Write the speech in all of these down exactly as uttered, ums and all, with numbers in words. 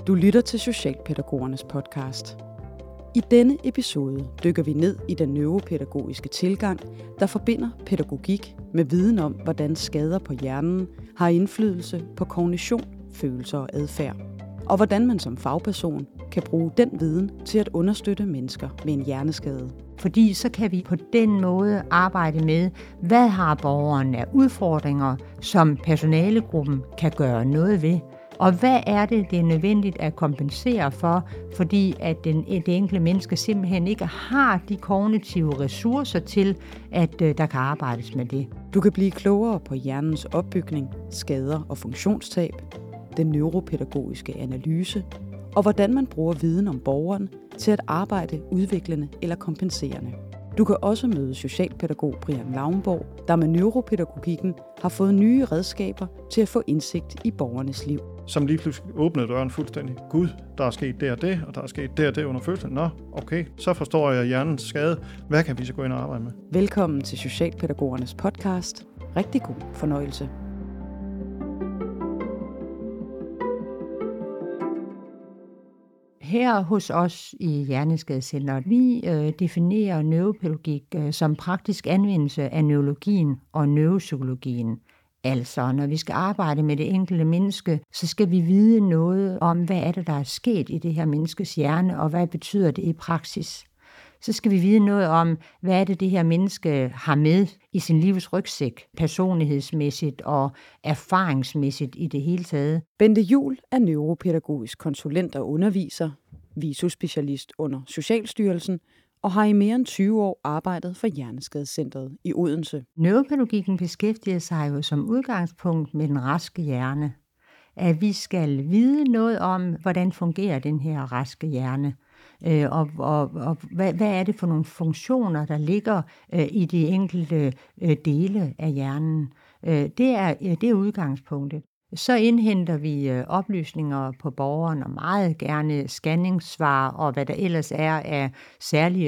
Du lytter til Socialpædagogernes podcast. I denne episode dykker vi ned i den neuropædagogiske tilgang, der forbinder pædagogik med viden om, hvordan skader på hjernen har indflydelse på kognition, følelser og adfærd, og hvordan man som fagperson kan bruge den viden til at understøtte mennesker med en hjerneskade. Fordi så kan vi på den måde arbejde med, hvad har borgeren af udfordringer, som personalegruppen kan gøre noget ved. Og hvad er det, det er nødvendigt at kompensere for, fordi at den, det enkelte menneske simpelthen ikke har de kognitive ressourcer til, at uh, der kan arbejdes med det. Du kan blive klogere på hjernens opbygning, skader og funktionstab, den neuropædagogiske analyse, og hvordan man bruger viden om borgeren til at arbejde udviklende eller kompenserende. Du kan også møde socialpædagog Brian Lauenborg, der med neuropædagogikken har fået nye redskaber til at få indsigt i borgernes liv. Som lige pludselig åbnede døren fuldstændig. Gud, der er sket det og det, og der er sket det og det under fødslen. Nå, okay, så forstår jeg hjernens skade. Hvad kan vi så gå ind og arbejde med? Velkommen til Socialpædagogernes podcast. Rigtig god fornøjelse. Her hos os i Hjerneskadecentret, vi øh, definerer neuropædagogik øh, som praktisk anvendelse af neurologien og neuropsykologien. Altså, når vi skal arbejde med det enkelte menneske, så skal vi vide noget om, hvad er det, der er sket i det her menneskes hjerne, og hvad betyder det i praksis. Så skal vi vide noget om, hvad er det, det her menneske har med i sin livs rygsæk, personlighedsmæssigt og erfaringsmæssigt i det hele taget. Bente Juhl er neuropædagogisk konsulent og underviser, visospecialist under Socialstyrelsen, og har i mere end tyve år arbejdet for Hjerneskadecentret i Odense. Neuropædagogikken beskæftiger sig jo som udgangspunkt med den raske hjerne. At vi skal vide noget om, hvordan fungerer den her raske hjerne. Og, og, og hvad, hvad er det for nogle funktioner, der ligger øh, i de enkelte øh, dele af hjernen. Øh, det, er, det er udgangspunktet. Så indhenter vi øh, oplysninger på borgeren, og meget gerne scanningssvar, og hvad der ellers er af særlige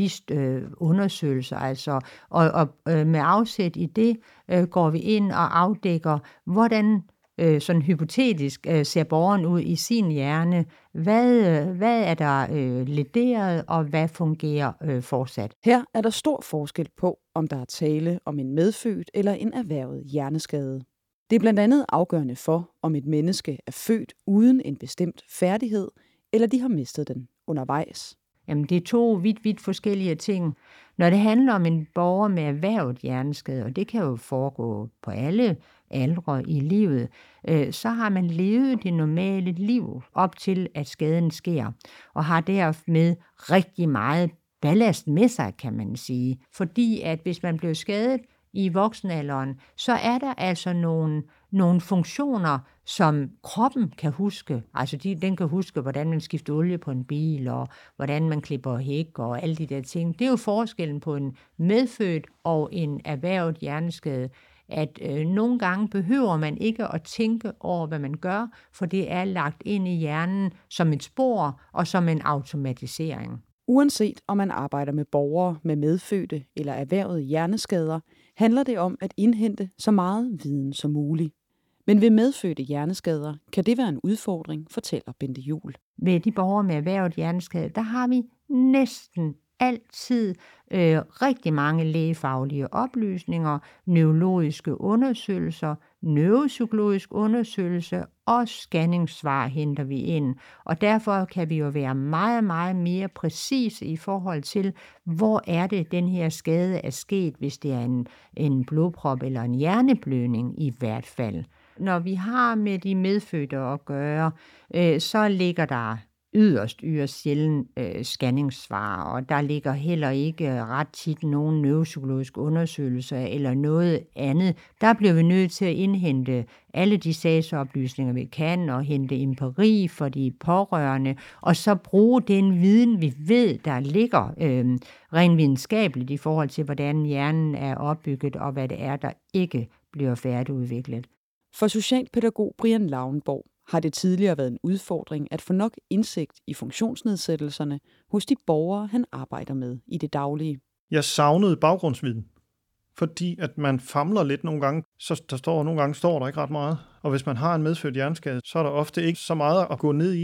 specialistundersøgelser. Øh, altså, og og øh, med afsæt i det øh, går vi ind og afdækker, hvordan sådan hypotetisk ser borgeren ud i sin hjerne. Hvad, hvad er der øh, lederet, og hvad fungerer øh, fortsat? Her er der stor forskel på, om der er tale om en medfødt eller en erhvervet hjerneskade. Det er blandt andet afgørende for, om et menneske er født uden en bestemt færdighed, eller de har mistet den undervejs. Jamen, det er to vidt, vidt forskellige ting. Når det handler om en borger med erhvervet hjerneskade, og det kan jo foregå på alle aldre i livet, øh, så har man levet det normale liv op til, at skaden sker, og har dermed rigtig meget ballast med sig, kan man sige. Fordi at hvis man bliver skadet i voksenalderen, så er der altså nogle, nogle funktioner, som kroppen kan huske. Altså de, den kan huske, hvordan man skifter olie på en bil, og hvordan man klipper hæk, og alle de der ting. Det er jo forskellen på en medfødt og en erhvervet hjerneskade, at øh, nogle gange behøver man ikke at tænke over, hvad man gør, for det er lagt ind i hjernen som et spor og som en automatisering. Uanset om man arbejder med borgere med medfødte eller erhvervede hjerneskader, handler det om at indhente så meget viden som muligt. Men ved medfødte hjerneskader kan det være en udfordring, fortæller Bente Juhl. Ved de borgere med erhvervet hjerneskade, der har vi næsten altid øh, rigtig mange lægefaglige oplysninger, neurologiske undersøgelser, neuropsykologisk undersøgelse og scanningssvar henter vi ind. Og derfor kan vi jo være meget, meget mere præcise i forhold til, hvor er det, den her skade er sket, hvis det er en, en blodprop eller en hjerneblødning i hvert fald. Når vi har med de medfødte at gøre, øh, så ligger der yderst, yderst sjældent øh, scanningssvar, og der ligger heller ikke ret tit nogen neuropsykologiske undersøgelser eller noget andet. Der bliver vi nødt til at indhente alle de sagsoplysninger, vi kan, og hente empiri for de pårørende, og så bruge den viden, vi ved, der ligger øh, rent videnskabeligt i forhold til, hvordan hjernen er opbygget, og hvad det er, der ikke bliver færdigudviklet. For socialpædagog Brian Lauenborg har det tidligere været en udfordring at få nok indsigt i funktionsnedsættelserne hos de borgere, han arbejder med i det daglige. Jeg savnede baggrundsviden, fordi at man famler lidt nogle gange, så der står nogle gange står der ikke ret meget. Og hvis man har en medfødt hjerneskade, så er der ofte ikke så meget at gå ned i.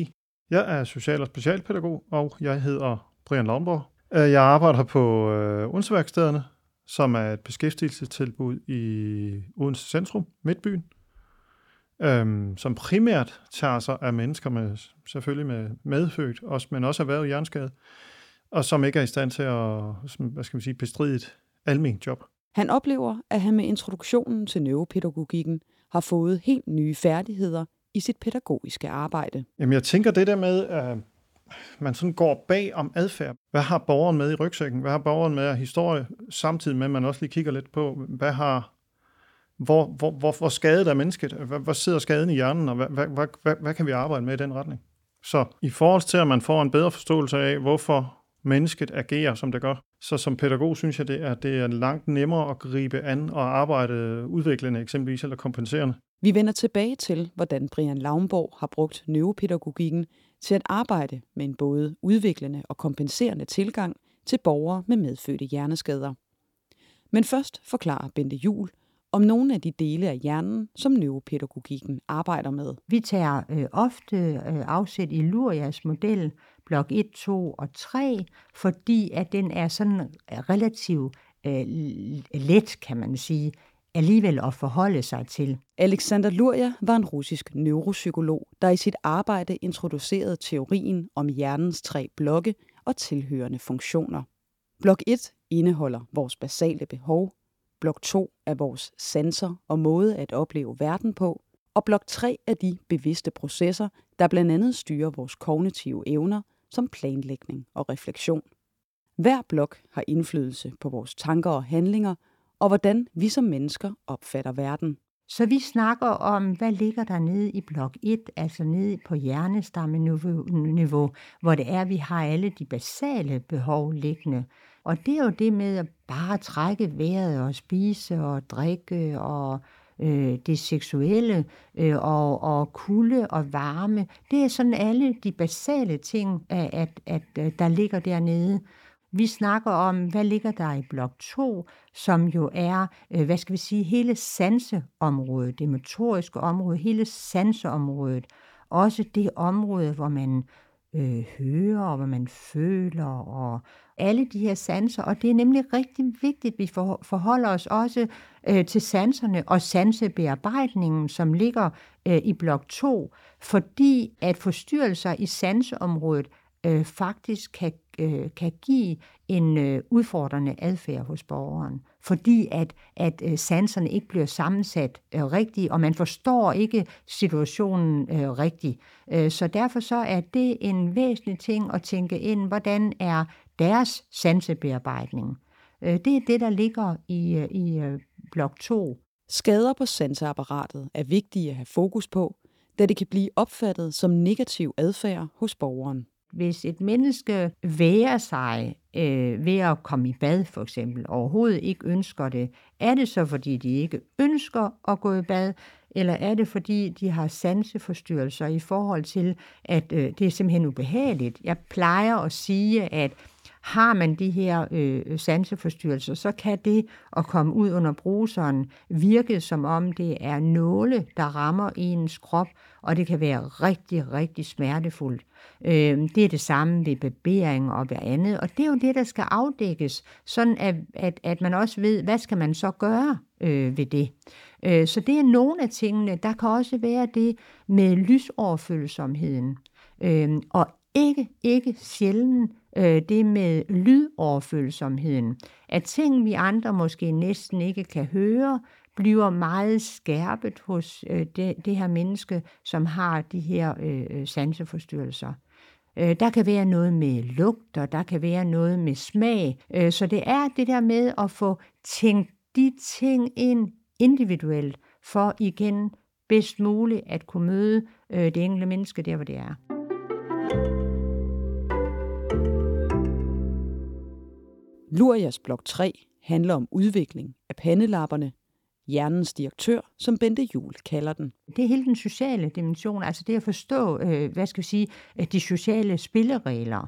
Jeg er social- og specialpædagog, og jeg hedder Brian Launborg. Jeg arbejder på øh, Odense-værkstederne, som er et beskæftigelsestilbud i Odense Centrum, Midtbyen, øhm, som primært tager sig af mennesker med, selvfølgelig med medfødt, også, men også erhvervet hjerneskade, og som ikke er i stand til at, hvad skal man sige, bestride et alment job. Han oplever, at han med introduktionen til neuropædagogikken har fået helt nye færdigheder i sit pædagogiske arbejde. Jamen jeg tænker det der med, at man sådan går bag om adfærd. Hvad har borgeren med i rygsækken? Hvad har borgeren med af historie? Samtidig med, at man også lige kigger lidt på, hvad har, hvor, hvor, hvor, hvor skadet er mennesket? Hvor, hvor sidder skaden i hjernen? Og hvad, hvad, hvad, hvad, hvad kan vi arbejde med i den retning? Så i forhold til, at man får en bedre forståelse af, hvorfor mennesket agerer, som det gør, så som pædagog synes jeg, det er, det er langt nemmere at gribe an og arbejde udviklende eksempelvis eller kompenserende. Vi vender tilbage til, hvordan Brian Launborg har brugt neuropædagogikken til at arbejde med en både udviklende og kompenserende tilgang til borgere med medfødte hjerneskader. Men først forklarer Bente Juhl om nogle af de dele af hjernen, som neuropædagogikken arbejder med. Vi tager øh, ofte øh, afsæt i Lurias model, blok et, to og tre, fordi at den er sådan relativt øh, let, kan man sige, alligevel at forholde sig til. Alexander Luria var en russisk neuropsykolog, der i sit arbejde introducerede teorien om hjernens tre blokke og tilhørende funktioner. Blok et indeholder vores basale behov, blok to er vores sanser og måde at opleve verden på, og blok tre er de bevidste processer, der blandt andet styrer vores kognitive evner, som planlægning og refleksion. Hver blok har indflydelse på vores tanker og handlinger, og hvordan vi som mennesker opfatter verden. Så vi snakker om, hvad ligger der nede i blok et, altså nede på hjernestammenniveau, hvor det er, vi har alle de basale behov liggende. Og det er jo det med at bare trække vejret og spise og drikke og øh, det seksuelle øh, og, og kulde og varme. Det er sådan alle de basale ting, at, at, at der ligger dernede. Vi snakker om, hvad ligger der i blok to, som jo er, hvad skal vi sige, hele sanseområdet, det motoriske område, hele sanseområdet. Også det område, hvor man øh, hører, og hvor man føler, og alle de her sanser. Og det er nemlig rigtig vigtigt, at vi forholder os også øh, til sanserne og sansebearbejdningen, som ligger øh, i blok to, fordi at forstyrrelser i sanseområdet øh, faktisk kan kan give en øh, udfordrende adfærd hos borgeren, fordi at, at øh, sanserne ikke bliver sammensat øh, rigtigt, og man forstår ikke situationen øh, rigtigt. Øh, så derfor så er det en væsentlig ting at tænke ind, hvordan er deres sansebearbejdning. Øh, det er det, der ligger i, i øh, blok to. Skader på sanseapparatet er vigtige at have fokus på, da det kan blive opfattet som negativ adfærd hos borgeren. Hvis et menneske væger sig øh, ved at komme i bad, for eksempel, overhovedet ikke ønsker det, er det så, fordi de ikke ønsker at gå i bad, eller er det, fordi de har sanseforstyrrelser i forhold til, at øh, det er simpelthen ubehageligt? Jeg plejer at sige, at har man de her øh, sanseforstyrrelser, så kan det at komme ud under bruseren virke som om det er nåle, der rammer ens krop, og det kan være rigtig, rigtig smertefuldt. Øh, det er det samme ved barbering og ved andet, og det er jo det, der skal afdækkes, sådan at, at, at man også ved, hvad skal man så gøre øh, ved det. Øh, så det er nogle af tingene. Der kan også være det med lysoverfølsomheden, øh, og ikke, ikke sjældent øh, det med lydoverfølsomheden. At ting, vi andre måske næsten ikke kan høre, bliver meget skærpet hos øh, det, det her menneske, som har de her øh, sanseforstyrrelser. Øh, der kan være noget med lugt, og der kan være noget med smag. Øh, så det er det der med at få tænkt de ting ind individuelt, for igen bedst muligt at kunne møde øh, det enkelte menneske der, hvor det er. Lurias blok tre handler om udvikling af pandelapperne, hjernens direktør, som Bente Juhl kalder den. Det er hele den sociale dimension, altså det at forstå, øh, hvad skal vi sige, de sociale spilleregler.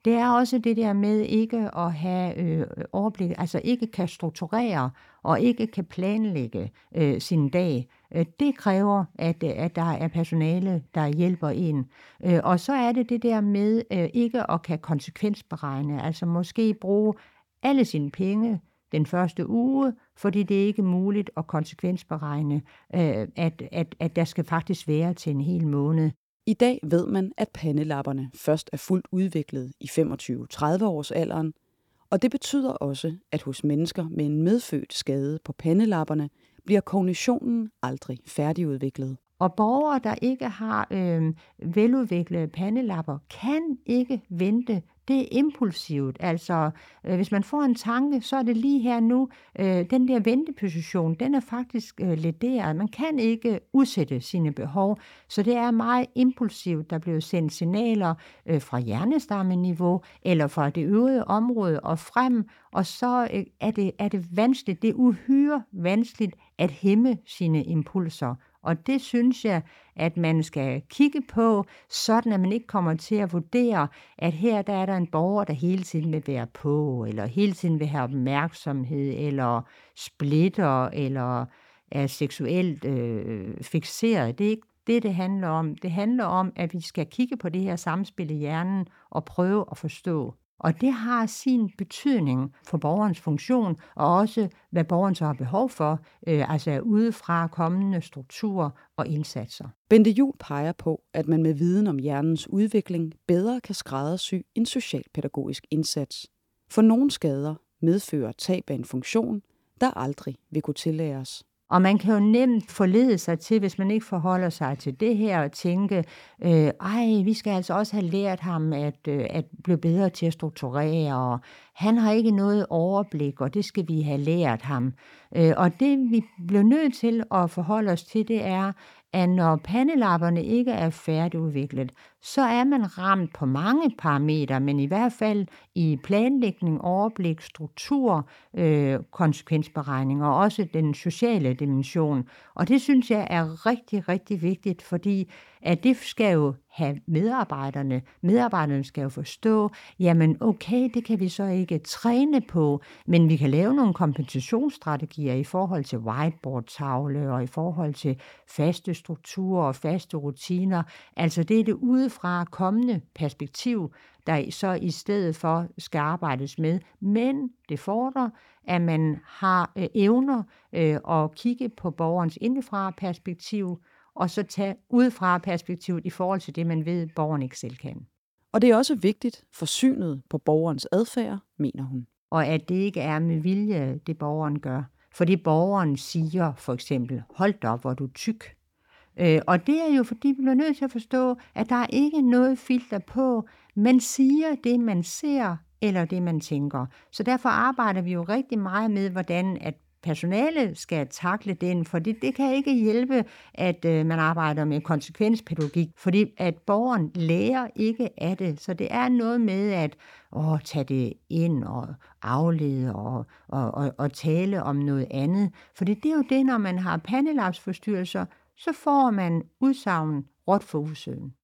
Det er også det der med ikke at have øh, overblik, altså ikke kan strukturere og ikke kan planlægge øh, sin dag. Det kræver, at, at der er personale, der hjælper en. Og så er det det der med øh, ikke at kan konsekvensberegne, altså måske bruge alle sine penge den første uge, fordi det er ikke muligt at konsekvensberegne, øh, at, at, at der skal faktisk være til en hel måned. I dag ved man, at pandelapperne først er fuldt udviklet i femogtyve til tredive års alderen, og det betyder også, at hos mennesker med en medfødt skade på pandelapperne bliver kognitionen aldrig færdigudviklet. Og borgere, der ikke har øh, veludviklede pandelapper, kan ikke vente. Det er impulsivt. Altså, øh, hvis man får en tanke, så er det lige her nu. Øh, den der venteposition, den er faktisk øh, lederet. Man kan ikke udsætte sine behov, så det er meget impulsivt. Der bliver sendt signaler øh, fra hjernestammeniveau eller fra det øvrige område og frem, og så øh, er, det, er det vanskeligt, det er uhyre vanskeligt at hæmme sine impulser. Og det synes jeg, at man skal kigge på, sådan at man ikke kommer til at vurdere, at her der er der en borger, der hele tiden vil være på, eller hele tiden vil have opmærksomhed, eller splitter, eller er seksuelt øh, fikseret. Det er ikke det, det handler om. Det handler om, at vi skal kigge på det her samspil i hjernen og prøve at forstå. Og det har sin betydning for borgerens funktion, og også hvad borgeren så har behov for, øh, altså udefra kommende strukturer og indsatser. Bente Juul peger på, at man med viden om hjernens udvikling bedre kan skræddersy en socialpædagogisk indsats. For nogle skader medfører tab af en funktion, der aldrig vil kunne tillæres. Og man kan jo nemt forlede sig til, hvis man ikke forholder sig til det her, og tænke, øh, ej, vi skal altså også have lært ham at, øh, at blive bedre til at strukturere, og han har ikke noget overblik, og det skal vi have lært ham. Øh, og det, vi bliver nødt til at forholde os til, det er, at når pandelapperne ikke er færdigudviklet, så er man ramt på mange parametre, men i hvert fald i planlægning, overblik, struktur, øh, konsekvensberegning og også den sociale dimension. Og det synes jeg er rigtig, rigtig vigtigt, fordi at det skal jo have medarbejderne. Medarbejderne skal jo forstå, jamen okay, det kan vi så ikke træne på, men vi kan lave nogle kompensationsstrategier i forhold til whiteboard-tavle og i forhold til faste strukturer og faste rutiner. Altså det er det udefra kommende perspektiv, der så i stedet for skal arbejdes med. Men det fordrer, at man har øh, evner øh, at kigge på borgerens indefra perspektiv, og så tage udefra perspektivet i forhold til det, man ved, borgeren ikke selv kan. Og det er også vigtigt for synet på borgerens adfærd, mener hun. Og at det ikke er med vilje, det borgeren gør. Fordi borgeren siger for eksempel, hold da op, hvor du tyk. Øh, og det er jo fordi, vi bliver nødt til at forstå, at der er ikke noget filter på. Man siger det, man ser, eller det, man tænker. Så derfor arbejder vi jo rigtig meget med, hvordan at personale skal takle den, for det, det kan ikke hjælpe, at øh, man arbejder med konsekvenspædagogik, fordi at borgeren lærer ikke af det. Så det er noget med at åh, tage det ind og aflede og, og, og, og tale om noget andet. For det er jo det, når man har pandelapsforstyrrelser, så får man udsagn råt for usøden.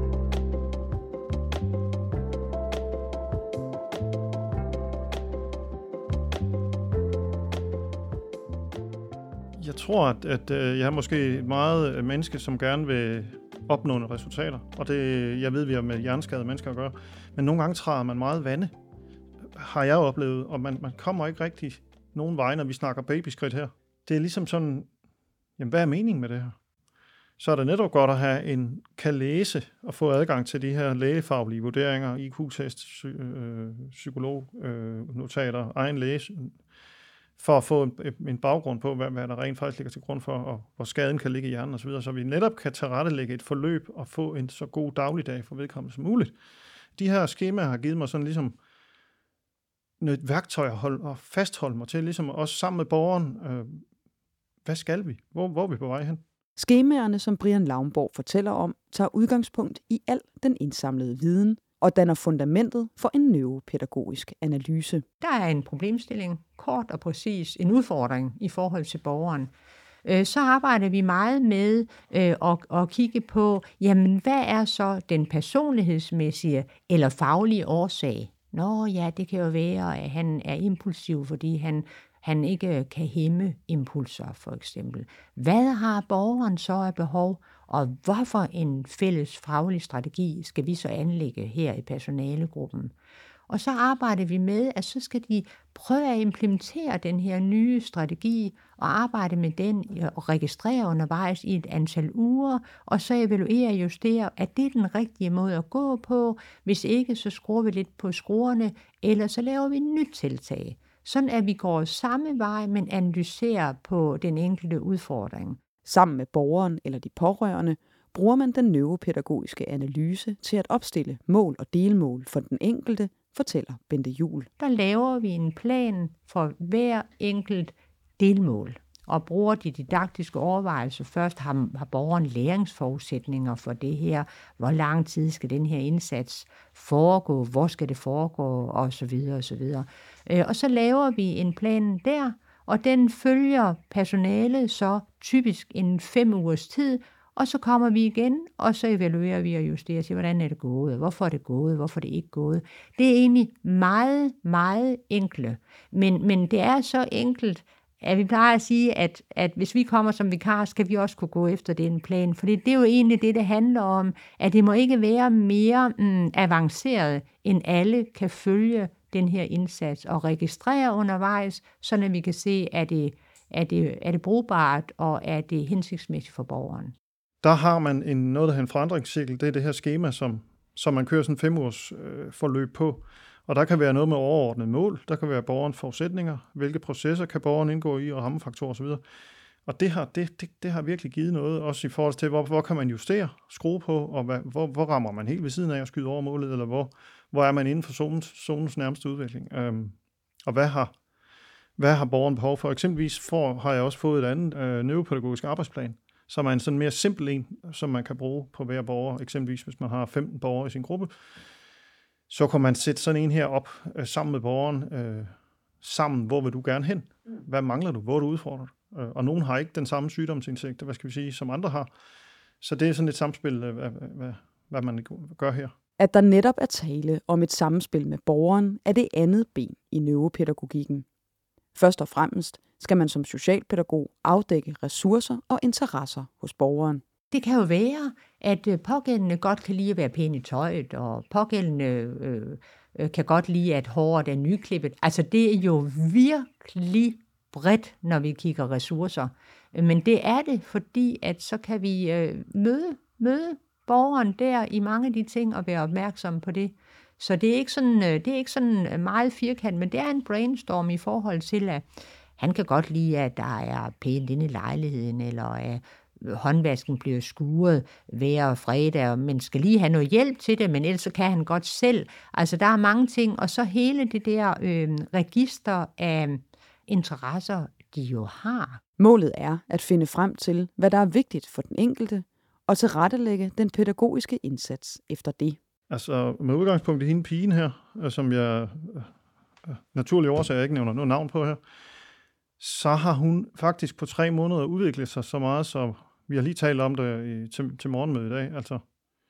Jeg tror, at, at jeg er måske et meget menneske, som gerne vil opnå nogle resultater. Og det, jeg ved, vi har med hjerneskadede mennesker at gøre. Men nogle gange træder man meget vande, har jeg oplevet. Og man, man kommer ikke rigtig nogen vej, når vi snakker babyskridt her. Det er ligesom sådan, jamen hvad er meningen med det her? Så er det netop godt at have en, kan læse og få adgang til de her lægefaglige vurderinger, I Q-test, øh, psykolognotater, øh, egen læse, for at få en, en baggrund på, hvad, hvad der rent faktisk ligger til grund for, og hvor skaden kan ligge i hjernen osv., så vi netop kan tilrettelægge et forløb og få en så god dagligdag for vedkommende som muligt. De her skemaer har givet mig sådan ligesom et værktøj at holde, og fastholde mig til, ligesom også sammen med borgeren, øh, hvad skal vi? Hvor, hvor er vi på vej hen? Skemaerne, som Brian Laumborg fortæller om, tager udgangspunkt i al den indsamlede viden og danner fundamentet for en neuropædagogisk analyse. Der er en problemstilling, kort og præcis, en udfordring i forhold til borgeren. øh, så arbejder vi meget med øh, at, at kigge på, jamen hvad er så den personlighedsmæssige eller faglige årsag? Nå ja, det kan jo være, at han er impulsiv, fordi han, han ikke kan hæmme impulser, for eksempel. Hvad har borgeren så af behov, og hvorfor en fælles faglig strategi skal vi så anlægge her i personalegruppen? Og så arbejder vi med, at så skal de prøve at implementere den her nye strategi og arbejde med den og registrere undervejs i et antal uger, og så evaluere og justere, at det er den rigtige måde at gå på. Hvis ikke, så skruer vi lidt på skruerne, eller så laver vi et nyt tiltag. Sådan at vi går samme vej, men analyserer på den enkelte udfordring. Sammen med borgeren eller de pårørende bruger man den neuropædagogiske analyse til at opstille mål og delmål for den enkelte, fortæller Bente Juhl. Der laver vi en plan for hver enkelt delmål og bruger de didaktiske overvejelser. Først har, har borgeren læringsforudsætninger for det her. Hvor lang tid skal den her indsats foregå? Hvor skal det foregå? Og så videre og så videre. Og så laver vi en plan der, og den følger personalet så typisk en fem ugers tid, og så kommer vi igen, og så evaluerer vi og justerer til, hvordan er det gået, hvorfor er det gået, hvorfor er det ikke gået. Det er egentlig meget, meget enkle. Men, men det er så enkelt, at vi plejer at sige, at, at hvis vi kommer som vikar, skal vi også kunne gå efter den plan. For det er jo egentlig det, det handler om, at det må ikke være mere mm, avanceret, end alle kan følge den her indsats og registrere undervejs, så vi kan se, er det, er det, er det brugbart, og er det hensigtsmæssigt for borgeren. Der har man en, noget, der hedder en forandringscykel. Det er det her skema, som, som man kører sådan en fem ugers øh, forløb på. Og der kan være noget med overordnede mål. Der kan være borgerens forudsætninger. Hvilke processer kan borgeren indgå i, og rammefaktorer osv. Og det har, det, det, det har virkelig givet noget, også i forhold til, hvor, hvor kan man justere, skrue på, og hvad, hvor, hvor rammer man helt ved siden af at skyde over målet, eller hvor, hvor er man inden for zonens, zonens nærmeste udvikling. Øhm, og hvad har, hvad har borgeren behov for? Eksempelvis for, har jeg også fået et andet øh, neuropædagogisk arbejdsplan, som er en sådan mere simpel en, som man kan bruge på hver borger. Eksempelvis hvis man har femten borgere i sin gruppe, så kan man sætte sådan en her op øh, sammen med borgeren. Øh, sammen, hvor vil du gerne hen? Hvad mangler du? Hvor er du udfordret? Øh, og nogen har ikke den samme sygdomsindsigt, hvad skal vi sige, som andre har. Så det er sådan et samspil, øh, hvad, hvad, hvad man gør her. At der netop er tale om et samspil med borgeren, er det andet ben i neuropædagogikken. Først og fremmest skal man som socialpædagog afdække ressourcer og interesser hos borgeren. Det kan jo være, at pågældende godt kan lide at være pæn i tøjet, og pågældende øh, øh, kan godt lide, at håret er nyklippet. Altså det er jo virkelig bredt, når vi kigger ressourcer. Men det er det, fordi at så kan vi øh, møde, møde borgeren der i mange af de ting og være opmærksomme på det. Så det er ikke sådan, det er ikke sådan meget firkant, men det er en brainstorm i forhold til, at han kan godt lide, at der er pænt inde i lejligheden, eller at håndvasken bliver skuret hver fredag, men skal lige have noget hjælp til det, men ellers kan han godt selv. Altså der er mange ting, og så hele det der øh, register af interesser, de jo har. Målet er at finde frem til, hvad der er vigtigt for den enkelte, og tilrettelægge den pædagogiske indsats efter det. Altså med udgangspunkt i hende pigen her, som jeg naturlig årsager ikke nævner noget navn på her, så har hun faktisk på tre måneder udviklet sig så meget, så vi har lige talt om det i, til, til morgenmødet i dag. Altså,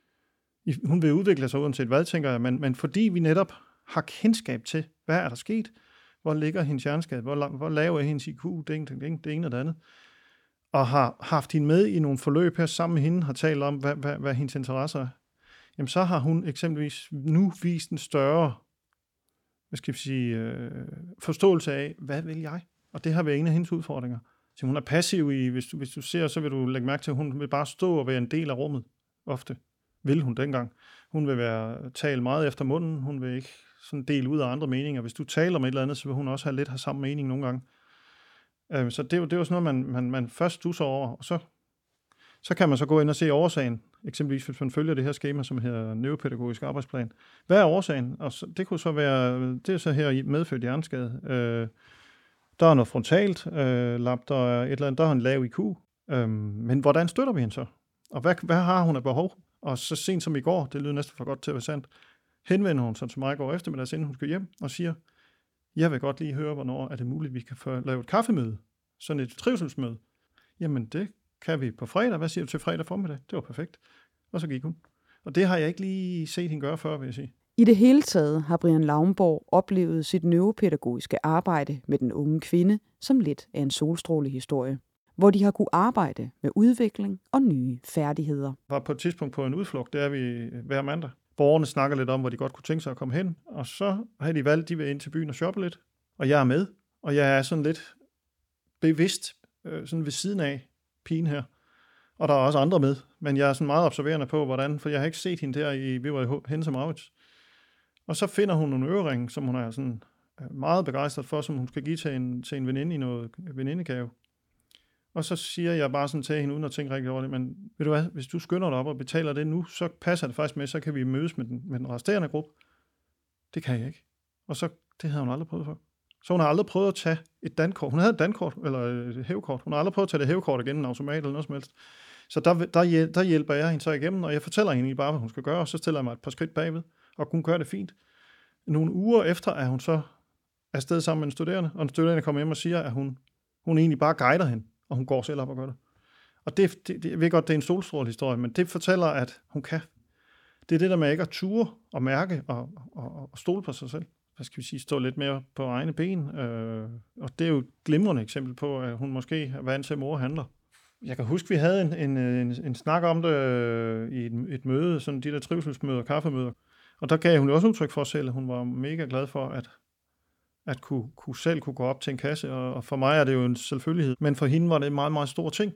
hun vil udvikle sig uanset hvad, tænker jeg, men, men fordi vi netop har kendskab til, hvad er der sket, hvor ligger hendes hjerneskade, hvor, hvor lav er hendes I Q, det ene, det ene og det andet, og har haft hende med i nogle forløb her sammen med hende, har talt om, hvad, hvad, hvad hendes interesser er, jamen så har hun eksempelvis nu vist en større, hvad skal vi sige, øh, forståelse af, hvad vil jeg? Og det har været en af hendes udfordringer. Så hun er passiv i, hvis du, hvis du ser, så vil du lægge mærke til, at hun vil bare stå og være en del af rummet. Ofte vil hun dengang. Hun vil være tale meget efter munden. Hun vil ikke sådan dele ud af andre meninger. Hvis du taler om et eller andet, så vil hun også have lidt have samme mening nogle gange. Øh, så det er jo det er jo sådan noget, man, man, man først stusser over, og så, så kan man så gå ind og se årsagen. Eksempelvis hvis man følger det her skema, som hedder neuropædagogisk arbejdsplan. Hvad er årsagen? Og så, det kunne så være, det er så her medfødt hjerneskade. Øh, Der er noget frontalt øh, lab, der er et eller andet, der har en lav I Q. Øhm, men hvordan støtter vi hende så? Og hvad, hvad har hun af behov? Og så sent som i går, det lyder næsten for godt til at være sandt, henvender hun sig til mig i går eftermiddag, inden hun skal hjem, og siger, jeg vil godt lige høre, hvornår er det muligt, vi kan få lavet et kaffemøde, sådan et trivselsmøde. Jamen, det kan vi på fredag. Hvad siger du til fredag formiddag? Det var perfekt. Og så gik hun. Og det har jeg ikke lige set hende gøre før, vil jeg sige. I det hele taget har Brian Laumborg oplevet sit neuropædagogiske arbejde med den unge kvinde som lidt af en solstrålehistorie, hvor de har kunne arbejde med udvikling og nye færdigheder. Jeg var på et tidspunkt på en udflugt, der er vi hver mandag. Borgerne snakker lidt om, hvor de godt kunne tænke sig at komme hen, og så har de valgt, de vil ind til byen og shoppe lidt, og jeg er med, og jeg er sådan lidt bevidst, øh, sådan ved siden af pigen her, og der er også andre med, men jeg er sådan meget observerende på, hvordan, for jeg har ikke set hende der i, vi var i Hense Maurits. Og så finder hun nogle øreringe, som hun er sådan meget begejstret for, som hun skal give til en, til en veninde i noget venindegave. Og så siger jeg bare sådan til hende, uden at tænke rigtig over det, men ved du hvad, hvis du skynder dig op og betaler det nu, så passer det faktisk med, så kan vi mødes med den, med den resterende gruppe. Det kan jeg ikke. Og så, det havde hun aldrig prøvet før. Så hun har aldrig prøvet at tage et dankort. Hun havde et dankort, eller et hævekort. Hun har aldrig prøvet at tage det hævekort igen, en automat eller noget som helst. Så der, der, der hjælper jeg hende så igennem, og jeg fortæller hende bare, hvad hun skal gøre, og så stiller jeg mig et par skridt bagved, og hun gør det fint. Nogle uger efter er hun så afsted sammen med en studerende, og en studerende kommer hjem og siger, at hun, hun egentlig bare guider hende, og hun går selv op og gør det. Og det, det, det jeg ved godt, det er en solstrålehistorie, men det fortæller, at hun kan. Det er det der med ikke at ture og mærke og, og, og stole på sig selv. Hvad skal vi sige, stå lidt mere på egne ben. Øh, og det er jo et glimrende eksempel på, at hun måske er vant til, at mor handler. Jeg kan huske, vi havde en, en, en, en snak om det i et, et møde, sådan de der trivselsmøder, kaffemøder. Og der gav hun også udtryk for selv, at hun var mega glad for, at, at kunne, kunne selv kunne gå op til en kasse. Og, og for mig er det jo en selvfølgelighed. Men for hende var det en meget, meget stor ting.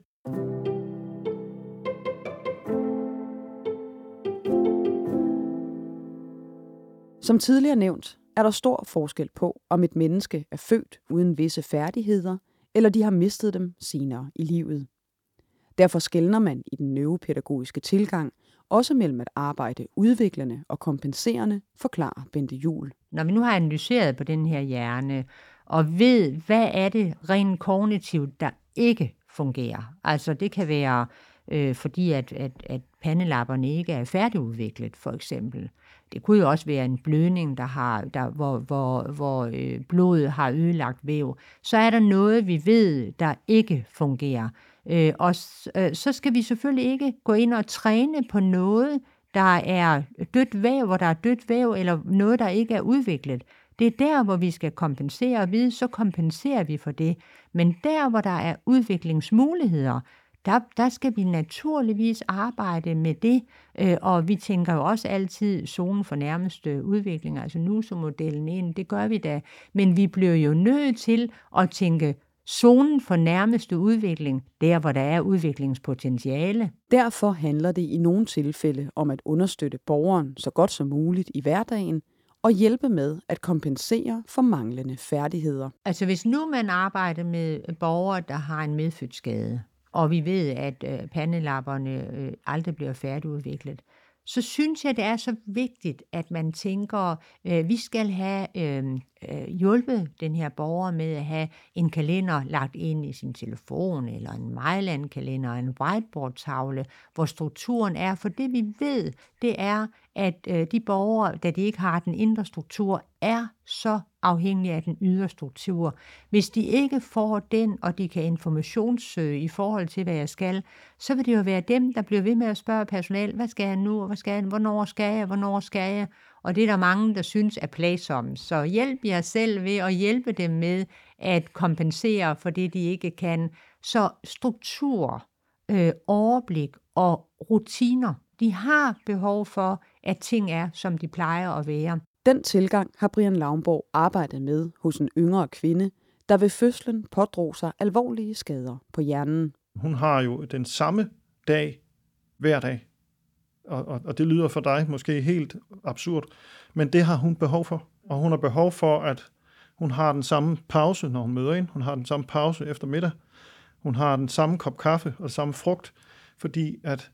Som tidligere nævnt, er der stor forskel på, om et menneske er født uden visse færdigheder, eller de har mistet dem senere i livet. Derfor skelner man i den neuropædagogiske tilgang også mellem at arbejde udviklende og kompenserende, forklarer Bente Juhl. Når vi nu har analyseret på den her hjerne, og ved, hvad er det rent kognitivt, der ikke fungerer. Altså det kan være, øh, fordi at, at, at pandelapperne ikke er færdigudviklet, for eksempel. Det kunne jo også være en blødning, der har, der, hvor, hvor, hvor øh, blodet har ødelagt væv. Så er der noget, vi ved, der ikke fungerer. Øh, og øh, så skal vi selvfølgelig ikke gå ind og træne på noget, der er dødt væv, hvor der er dødt væv, eller noget, der ikke er udviklet. Det er der, hvor vi skal kompensere og vide, så kompenserer vi for det. Men der, hvor der er udviklingsmuligheder, der, der skal vi naturligvis arbejde med det, øh, og vi tænker jo også altid zonen for nærmeste udvikling, altså N U S O-modellen ind, det gør vi da. Men vi bliver jo nødt til at tænke zonen for nærmeste udvikling, der hvor der er udviklingspotentiale. Derfor handler det i nogle tilfælde om at understøtte borgeren så godt som muligt i hverdagen, og hjælpe med at kompensere for manglende færdigheder. Altså hvis nu man arbejder med borgere, der har en medfødt skade, og vi ved, at øh, pandelapperne øh, aldrig bliver færdigudviklet, så synes jeg, det er så vigtigt, at man tænker, øh, vi skal have øh, øh, hjulpet den her borger med at have en kalender lagt ind i sin telefon, eller en Mejland-kalender, en whiteboard-tavle, hvor strukturen er. For det vi ved, det er, at øh, de borgere, da de ikke har den indre struktur, er så afhængige af den ydre struktur. Hvis de ikke får den, og de kan informationssøge i forhold til, hvad jeg skal, så vil det jo være dem, der bliver ved med at spørge personal, hvad skal jeg nu, og hvad skal jeg, hvornår skal jeg, hvornår skal jeg? Og det er der mange, der synes er plagsomt. Så hjælp jer selv ved at hjælpe dem med at kompensere for det, de ikke kan. Så struktur, øh, overblik og rutiner, de har behov for, at ting er, som de plejer at være. Den tilgang har Brian Laumborg arbejdet med hos en yngre kvinde, der ved fødslen pådrog sig alvorlige skader på hjernen. Hun har jo den samme dag hver dag. Og, og, og det lyder for dig måske helt absurd, men det har hun behov for. Og hun har behov for, at hun har den samme pause, når hun møder ind. Hun har den samme pause efter middag. Hun har den samme kop kaffe og samme frugt, fordi at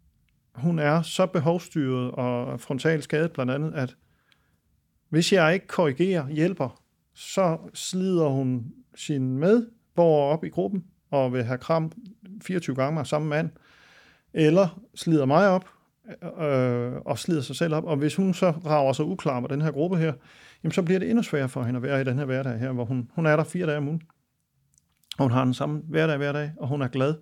hun er så behovsstyret og frontal skadet blandt andet, at hvis jeg ikke korrigerer, hjælper, så slider hun sin medborgere op i gruppen og vil have kram fireogtyve gange med samme mand, eller slider mig op øh, og slider sig selv op. Og hvis hun så rager sig uklar med den her gruppe her, jamen så bliver det endnu sværere for hende at være i den her hverdag her, hvor hun, hun er der fire dage om ugen. Og hun har den samme hverdag hver dag, og hun er glad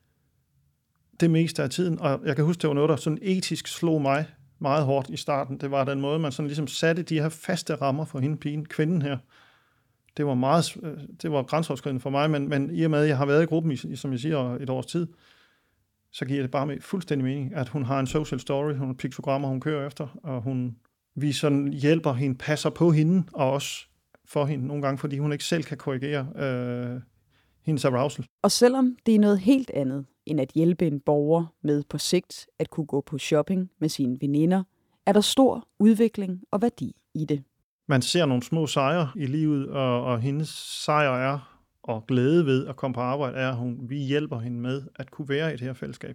det meste af tiden. Og jeg kan huske, det var noget, der sådan etisk slog mig meget hårdt i starten. Det var den måde, man sådan ligesom satte de her faste rammer for hende, pigen, kvinden her. Det var meget, det var grænseoverskridende for mig, men, men i og med, at jeg har været i gruppen, i, som jeg siger, et års tid, så giver det bare med fuldstændig mening, at hun har en social story, hun har piktogrammer, hun kører efter, og hun, vi sådan hjælper hende, passer på hende, og også for hende nogle gange, fordi hun ikke selv kan korrigere øh, hendes arousal. Og selvom det er noget helt andet, end at hjælpe en borger med på sigt at kunne gå på shopping med sine veninder, er der stor udvikling og værdi i det. Man ser nogle små sejre i livet, og, og hendes sejr er, og glæde ved at komme på arbejde, er, at hun, vi hjælper hende med at kunne være i det her fællesskab.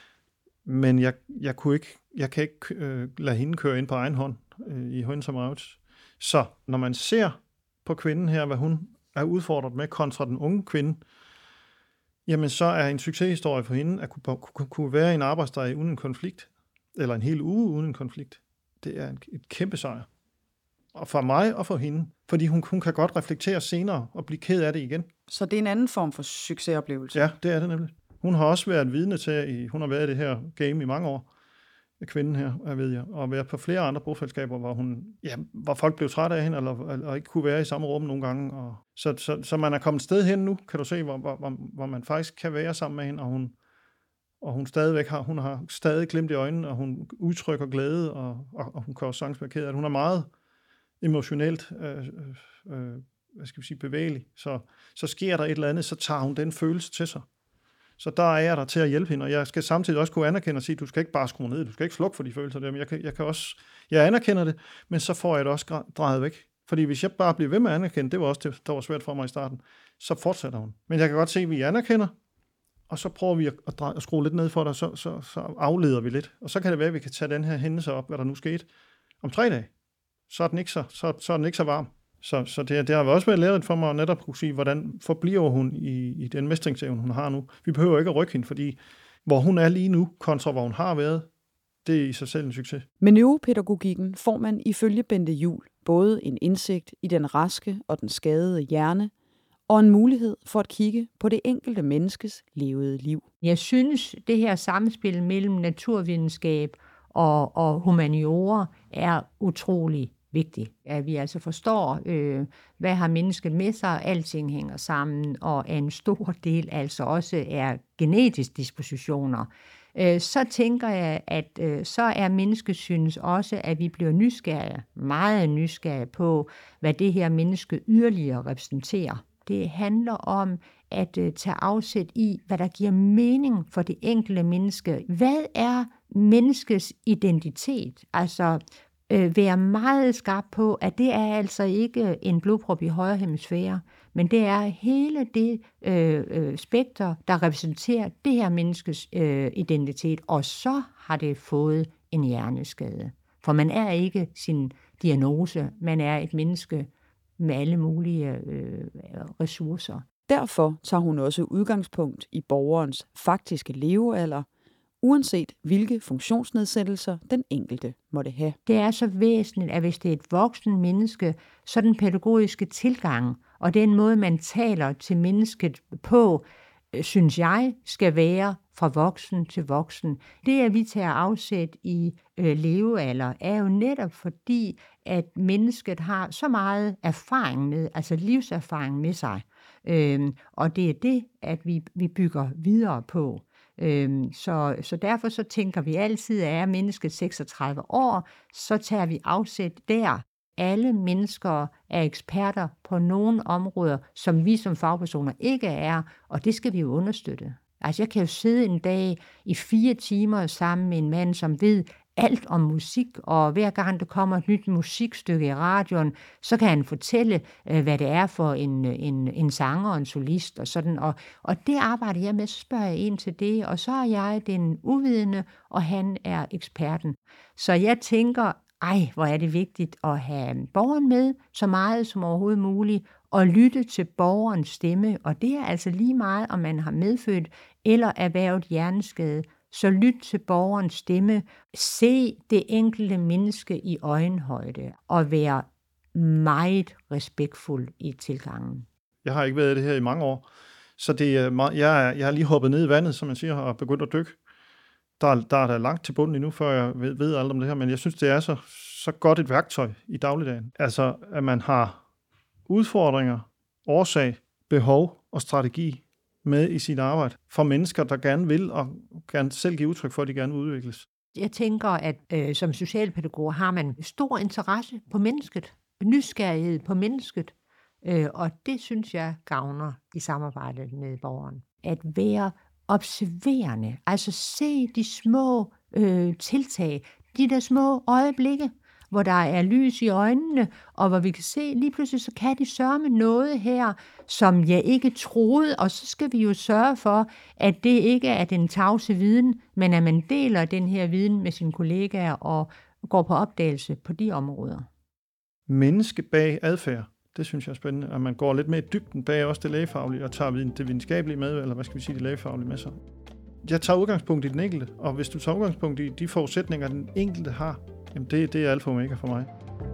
Men jeg, jeg, kunne ikke, jeg kan ikke øh, lade hende køre ind på egen hånd øh, i Høns og Maurits. Så når man ser på kvinden her, hvad hun er udfordret med kontra den unge kvinde, jamen så er en succeshistorie for hende at kunne, kunne, kunne være i en arbejdsdag uden en konflikt, eller en hel uge uden en konflikt. Det er en, et kæmpe sejr. Og for mig og for hende, fordi hun, hun kan godt reflektere senere og blive ked af det igen. Så det er en anden form for succesoplevelse? Ja, det er det nemlig. Hun har også været vidne til, hun har været i det her game i mange år, kvinden her, jeg ved jeg, og været på flere andre bofællesskaber, hvor, hun, ja, hvor folk blev trætte af hende, eller, eller ikke kunne være i samme rum nogle gange. Og, så, så, så man er kommet et sted hen nu, kan du se, hvor, hvor, hvor man faktisk kan være sammen med hende, og hun, og hun stadigvæk har, hun har stadig glimt i øjnene, og hun udtrykker glæde, og, og, og hun kan også sagtens være ked af det. Hun er meget emotionelt øh, øh, hvad skal vi sige, bevægelig. Så, så sker der et eller andet, så tager hun den følelse til sig. Så der er jeg der til at hjælpe hende, og jeg skal samtidig også kunne anerkende og sige, du skal ikke bare skrue ned, du skal ikke slukke for de følelser der, men jeg kan, jeg kan også, jeg anerkender det, men så får jeg det også drejet væk. Fordi hvis jeg bare bliver ved med at anerkende, det var også det, der var svært for mig i starten, så fortsætter hun. Men jeg kan godt se, at vi anerkender, og så prøver vi at, dreje, at skrue lidt ned for dig, så, så, så afleder vi lidt. Og så kan det være, at vi kan tage den her hændelse op, hvad der nu skete, om tre dage. Så er den ikke så, så, så, er den ikke så varm. Så, så det, det har også været lært for mig at netop kunne sige, hvordan forbliver hun i, i den mestringsevne, hun har nu. Vi behøver ikke at rykke hende, fordi hvor hun er lige nu, kontra hvor hun har været, det er i sig selv en succes. Med neuropædagogikken får man ifølge Bente Juhl både en indsigt i den raske og den skadede hjerne, og en mulighed for at kigge på det enkelte menneskes levede liv. Jeg synes, det her samspil mellem naturvidenskab og, og humaniora er utrolig vigtigt. At vi altså forstår, øh, hvad har mennesket med sig, alting hænger sammen, og en stor del altså også er genetisk dispositioner. Øh, så tænker jeg, at øh, så er menneskesynet også, at vi bliver nysgerrige, meget nysgerrige på, hvad det her menneske yderligere repræsenterer. Det handler om at øh, tage afsæt i, hvad der giver mening for det enkelte menneske. Hvad er menneskets identitet? Altså øh, være meget skarp på, at det er altså ikke en blodprop i højre hemisfære, men det er hele det øh, øh, spekter, der repræsenterer det her menneskes øh, identitet, og så har det fået en hjerneskade. For man er ikke sin diagnose, man er et menneske med alle mulige øh, ressourcer. Derfor tager hun også udgangspunkt i borgerens faktiske levealder, uanset hvilke funktionsnedsættelser den enkelte måtte have. Det er så væsentligt, at hvis det er et voksen menneske, så den pædagogiske tilgang og den måde, man taler til mennesket på, synes jeg, skal være fra voksen til voksen. Det, at vi tager afsæt i øh, levealder, er jo netop fordi, at mennesket har så meget erfaring med, altså livserfaring med sig. Øhm, og det er det, at vi, vi bygger videre på. Øhm, så, så derfor så tænker vi altid, at er mennesket seksogtredive år, så tager vi afsæt der. Alle mennesker er eksperter på nogle områder, som vi som fagpersoner ikke er, og det skal vi jo understøtte. Altså jeg kan jo sidde en dag i fire timer sammen med en mand, som ved alt om musik, og hver gang der kommer et nyt musikstykke i radioen, så kan han fortælle, hvad det er for en, en, en sanger og en solist og sådan. Og, og det arbejder jeg med, så spørger jeg ind til det, og så er jeg den uvidende, og han er eksperten. Så jeg tænker, ej, hvor er det vigtigt at have borgeren med så meget som overhovedet muligt, og lytte til borgerens stemme, og det er altså lige meget, om man har medfødt eller erhvervet hjerneskade. Så lyt til borgerens stemme, se det enkelte menneske i øjenhøjde, og være meget respektfuld i tilgangen. Jeg har ikke været i det her i mange år, Så det er meget, jeg, er, jeg har lige hoppet ned i vandet, som man siger, og begyndt at dykke. Der er, der er der langt til bunden endnu, før jeg ved, ved alt om det her, men jeg synes, det er så, så godt et værktøj i dagligdagen. Altså, at man har udfordringer, årsag, behov og strategi med i sit arbejde for mennesker, der gerne vil og gerne selv give udtryk for, at de gerne vil udvikles. Jeg tænker, at øh, som socialpædagog har man stor interesse på mennesket, nysgerrighed på mennesket, øh, og det synes jeg gavner i samarbejdet med borgeren. At være observerende, altså se de små øh, tiltag, de der små øjeblikke, hvor der er lys i øjnene, og hvor vi kan se, lige pludselig så kan de sørge med noget her, som jeg ikke troede, og så skal vi jo sørge for, at det ikke er den tavse viden, men at man deler den her viden med sine kollegaer og går på opdagelse på de områder. Menneske bag adfærd, det synes jeg er spændende, at man går lidt mere i dybden bag også det lægefaglige, og tager det videnskabelige med, eller hvad skal vi sige, det lægefaglige med sig. Jeg tager udgangspunkt i den enkelte, og hvis du tager udgangspunkt i de forudsætninger, den enkelte har, jamen det, det er alfa og omega for mig.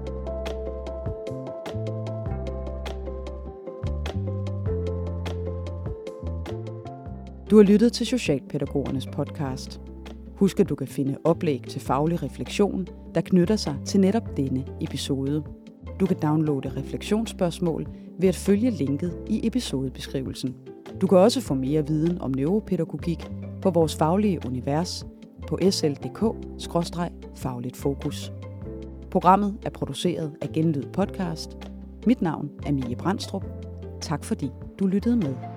Du har lyttet til Socialpædagogernes podcast. Husk, at du kan finde oplæg til faglig refleksion, der knytter sig til netop denne episode. Du kan downloade refleksionsspørgsmål ved at følge linket i episodebeskrivelsen. Du kan også få mere viden om neuropædagogik på vores faglige univers på s l punktum d k skråstreg fagligt fokus. Programmet er produceret af Genlyd Podcast. Mit navn er Mie Brandstrup. Tak fordi du lyttede med.